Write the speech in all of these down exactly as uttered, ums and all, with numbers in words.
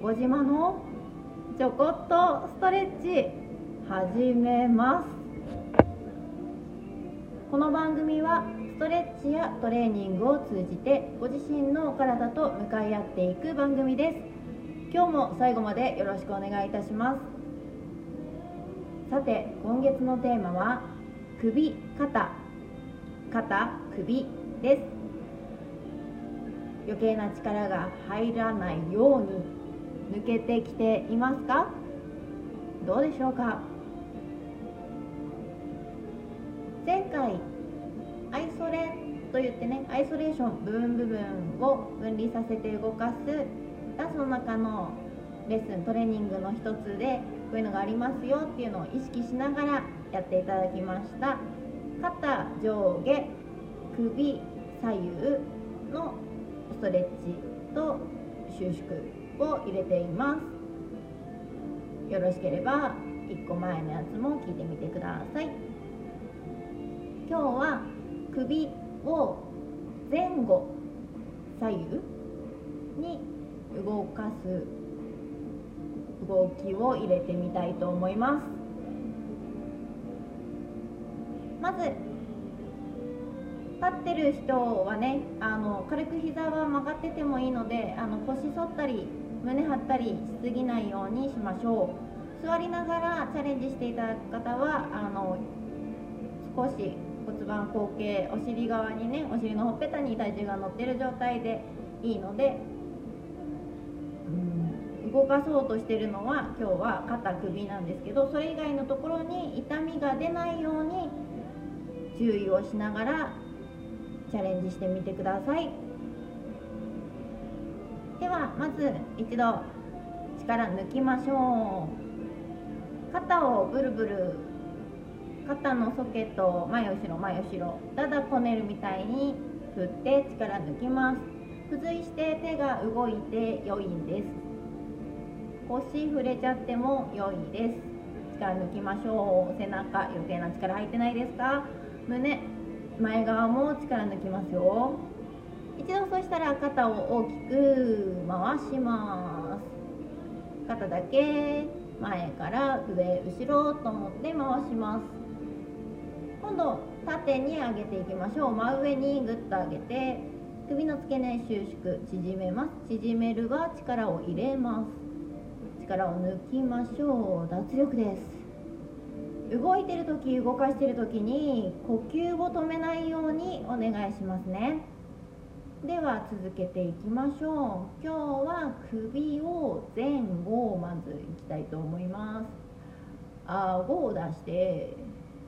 小島のちょこっとストレッチ始めます。この番組はストレッチやトレーニングを通じてご自身の体と向かい合っていく番組です。今日も最後までよろしくお願いいたします。さて、今月のテーマは首、肩、肩、首です。余計な力が入らないように抜けてきていますか？どうでしょうか？前回アイソレといってね、アイソレーション、部分部分を分離させて動かすダンスの中のレッスン、トレーニングの一つでこういうのがありますよっていうのを意識しながらやっていただきました。肩、上下、首、左右のストレッチと収縮を入れています。よろしければいっこまえのやつも聞いてみてください。今日は首を前後左右に動かす動きを入れてみたいと思います。まず立ってる人はね、あの軽く膝は曲がっててもいいので、あの腰反ったり胸張ったりしすぎないようにしましょう。座りながらチャレンジしていただく方はあの少し骨盤後傾、お尻側にね、お尻のほっぺたに体重が乗っている状態でいいので、うん、動かそうとしているのは今日は肩、首なんですけど、それ以外のところに痛みが出ないように注意をしながらチャレンジしてみてください。ではまず一度力抜きましょう。肩をブルブル、肩のソケットを前後ろ前後ろだだこねるみたいに振って力抜きます。付随して手が動いて良いんです。腰触れちゃっても良いです。力抜きましょう。背中、余計な力入ってないですか？胸、前側も力抜きますよ。一度そしたら肩を大きく回します。肩だけ前から上後ろと思って回します。今度縦に上げていきましょう。真上にぐっと上げて首の付け根収縮、縮めます。縮めるは力を入れます。力を抜きましょう。脱力です。動いてる時、動かしてる時に呼吸を止めないようにお願いしますね。では続けていきましょう。今日は首を前後まずいきたいと思います。顎を出して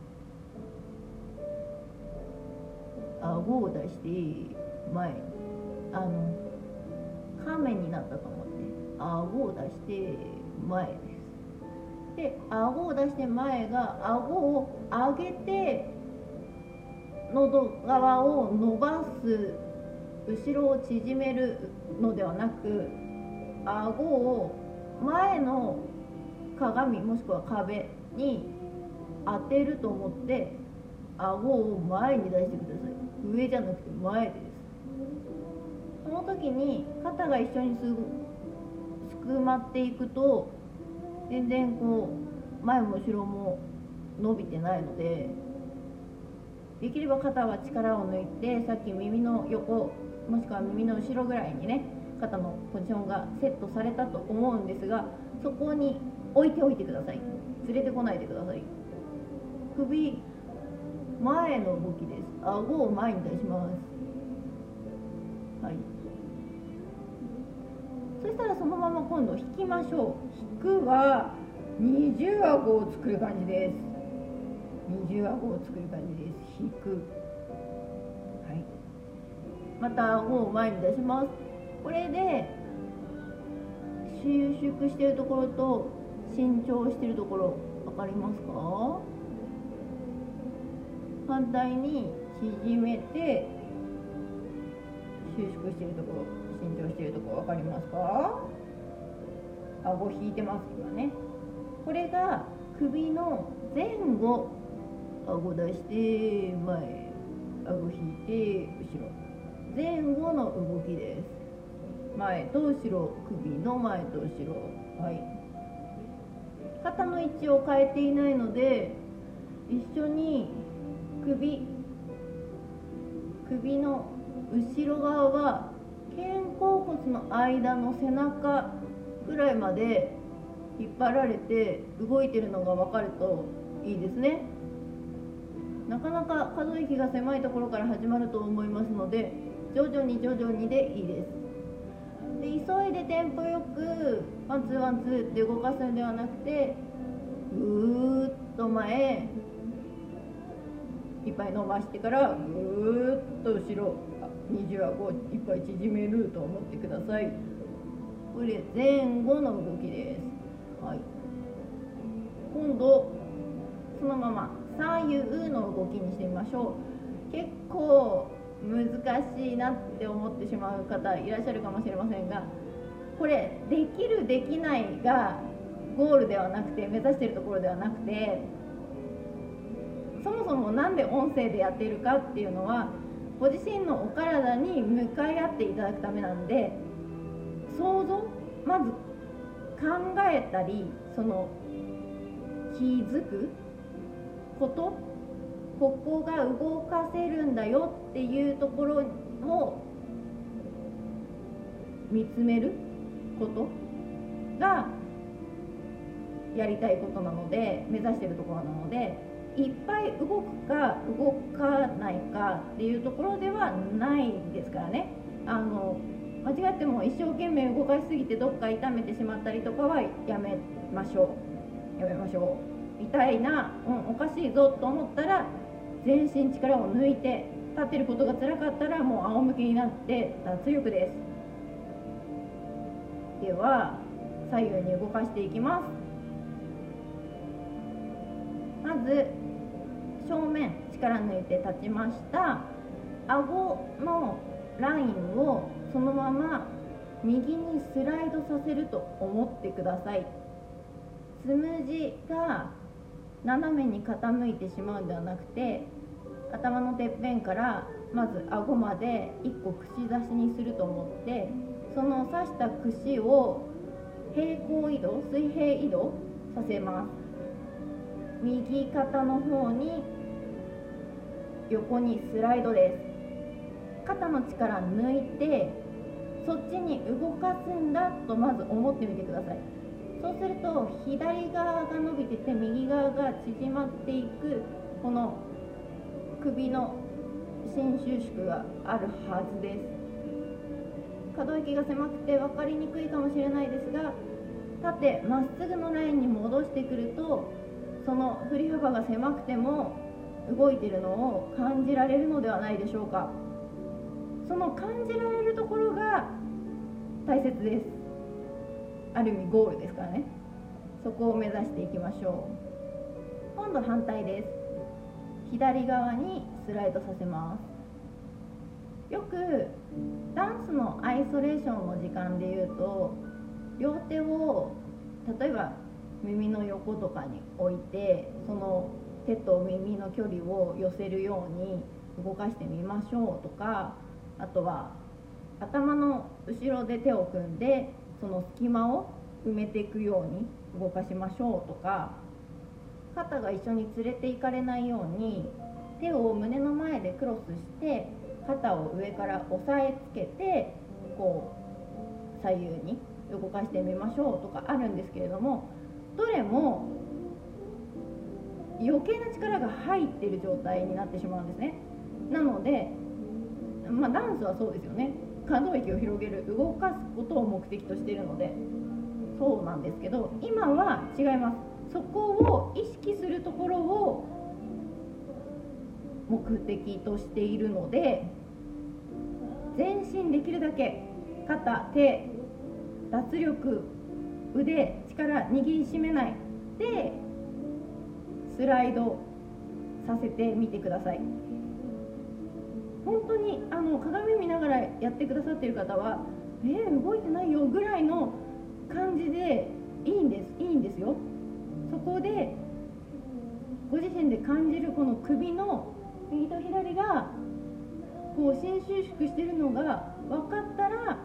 顎を出して前、あの亀になったと思って顎を出して前です。で、顎を出して前が顎を上げて喉側を伸ばす、後ろを縮めるのではなく、顎を前の鏡もしくは壁に当てると思って顎を前に出してください。上じゃなくて前です。その時に肩が一緒にすくまっていくと全然こう前も後ろも伸びてないので、できれば肩は力を抜いて、さっき耳の横もしくは耳の後ろぐらいにね、肩のポジションがセットされたと思うんですが、そこに置いておいてください。連れてこないでください。首前の動きです。顎を前に出します。はい。そしたらそのまま今度引きましょう。引くは二重顎を作る感じです。二重顎を作る感じです。引く。はい。また顎を前に出します。これで収縮しているところと伸長しているところ分かりますか？反対に縮めて収縮しているところ、伸長しているところ分かりますか？顎引いてます今ね。これが首の前後、顎出して前、顎引いて後ろ、前後の動きです。 前と後ろ、首の前と後ろ、はい、肩の位置を変えていないので一緒に首首の後ろ側は肩甲骨の間の背中ぐらいまで引っ張られて動いてるのが分かるといいですね。なかなか可動域が狭いところから始まると思いますので、徐々に徐々にでいいです。で、急いでテンポよくワンツーワンツーって動かすのではなくて、ぐーっと前いっぱい伸ばしてからぐーっと後ろ、にじゅう顎をいっぱい縮めると思ってください。これ前後の動きです。はい、今度そのまま左右の動きにしてみましょう。結構難しいなって思ってしまう方いらっしゃるかもしれませんが、これできるできないがゴールではなくて、目指しているところではなくて、そもそもなんで音声でやっているかっていうのは、ご自身のお体に向かい合っていただくためなんで、想像、まず考えたり、その気づくこと、ここが動かせるんだよっていうところを見つめることがやりたいことなので、目指しているところなので、いっぱい動くか動かないかっていうところではないですからね。あの間違っても一生懸命動かしすぎてどっか痛めてしまったりとかはやめましょうやめましょう。痛いな、うん、おかしいぞと思ったら全身力を抜いて、立ってることが辛かったらもう仰向けになって脱力です。では左右に動かしていきます。まず正面力抜いて立ちました。顎のラインをそのまま右にスライドさせると思ってください。つむじが斜めに傾いてしまうのではなくて、頭のてっぺんからまず顎までいっこ串刺しにすると思って、その刺した串を平行移動、水平移動させます。右肩の方に横にスライドです。肩の力抜いて、そっちに動かすんだとまず思ってみてください。そうすると左側が伸びてて右側が縮まっていく、この首の伸縮縮があるはずです。可動域が狭くて分かりにくいかもしれないですが、縦まっすぐのラインに戻してくると、その振り幅が狭くても動いているのを感じられるのではないでしょうか。その感じられるところが大切です。ある意味ゴールですからね。そこを目指していきましょう。今度反対です。左側にスライドさせます。よくダンスのアイソレーションの時間でいうと、両手を例えば耳の横とかに置いて、その手と耳の距離を寄せるように動かしてみましょうとか、あとは頭の後ろで手を組んでその隙間を埋めていくように動かしましょうとか、肩が一緒に連れていかれないように手を胸の前でクロスして肩を上から押さえつけて、こう左右に動かしてみましょうとかあるんですけれども、どれも余計な力が入っている状態になってしまうんですね。なので、まあ、ダンスはそうですよね。可動域を広げる、動かすことを目的としているのでそうなんですけど、今は違います。そこを意識するところを目的としているので、全身できるだけ肩、手、脱力、腕、力握りしめないでスライドさせてみてください。本当にあの鏡見ながらやってくださっている方は、えー、動いてないよぐらいの感じでいいんですいいんですよ。そこでご自身で感じるこの首の右と左がこう伸縮縮しているのが分かったら、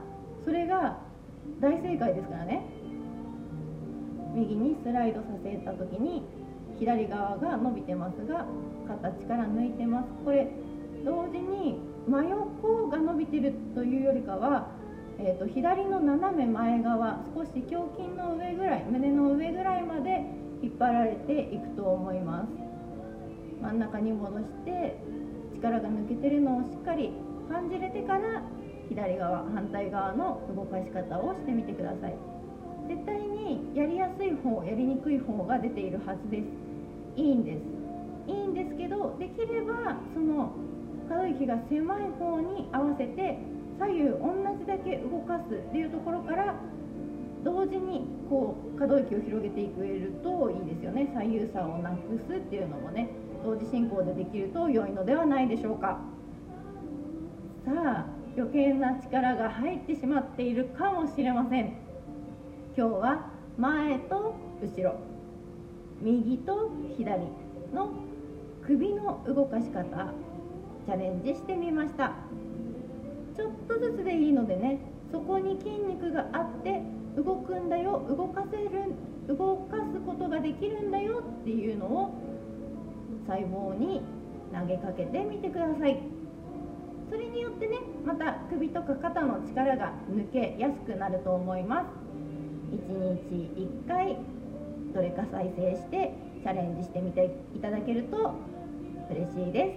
それが大正解ですからね。右にスライドさせた時に左側が伸びてますが、肩力抜いてます。これ同時に真横が伸びてるというよりかは、えー、と左の斜め前側、少し胸筋の上ぐらい、胸の上ぐらいまで引っ張られていくと思います。真ん中に戻して力が抜けてるのをしっかり感じれてから、左側、反対側の動かし方をしてみてください。絶対にやりやすい方、やりにくい方が出ているはずです。いいんですいいんですけど、できればその可動域が狭い方に合わせて左右同じだけ動かすっていうところから同時にこう可動域を広げていけるといいですよね。左右差をなくすっていうのもね、同時進行でできると良いのではないでしょうか。さあ、余計な力が入ってしまっているかもしれません。今日は前と後ろ、右と左の首の動かし方チャレンジしてみました。ちょっとずつでいいのでね、そこに筋肉があって動くんだよ、動かせる動かすことができるんだよっていうのを細胞に投げかけてみてください。それによってね、また首とか肩の力が抜けやすくなると思います。いちにちいっかいどれか再生してチャレンジしてみていただけると嬉しいです。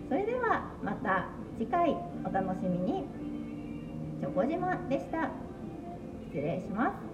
それではまた次回お楽しみに。チョコ島でした。失礼します。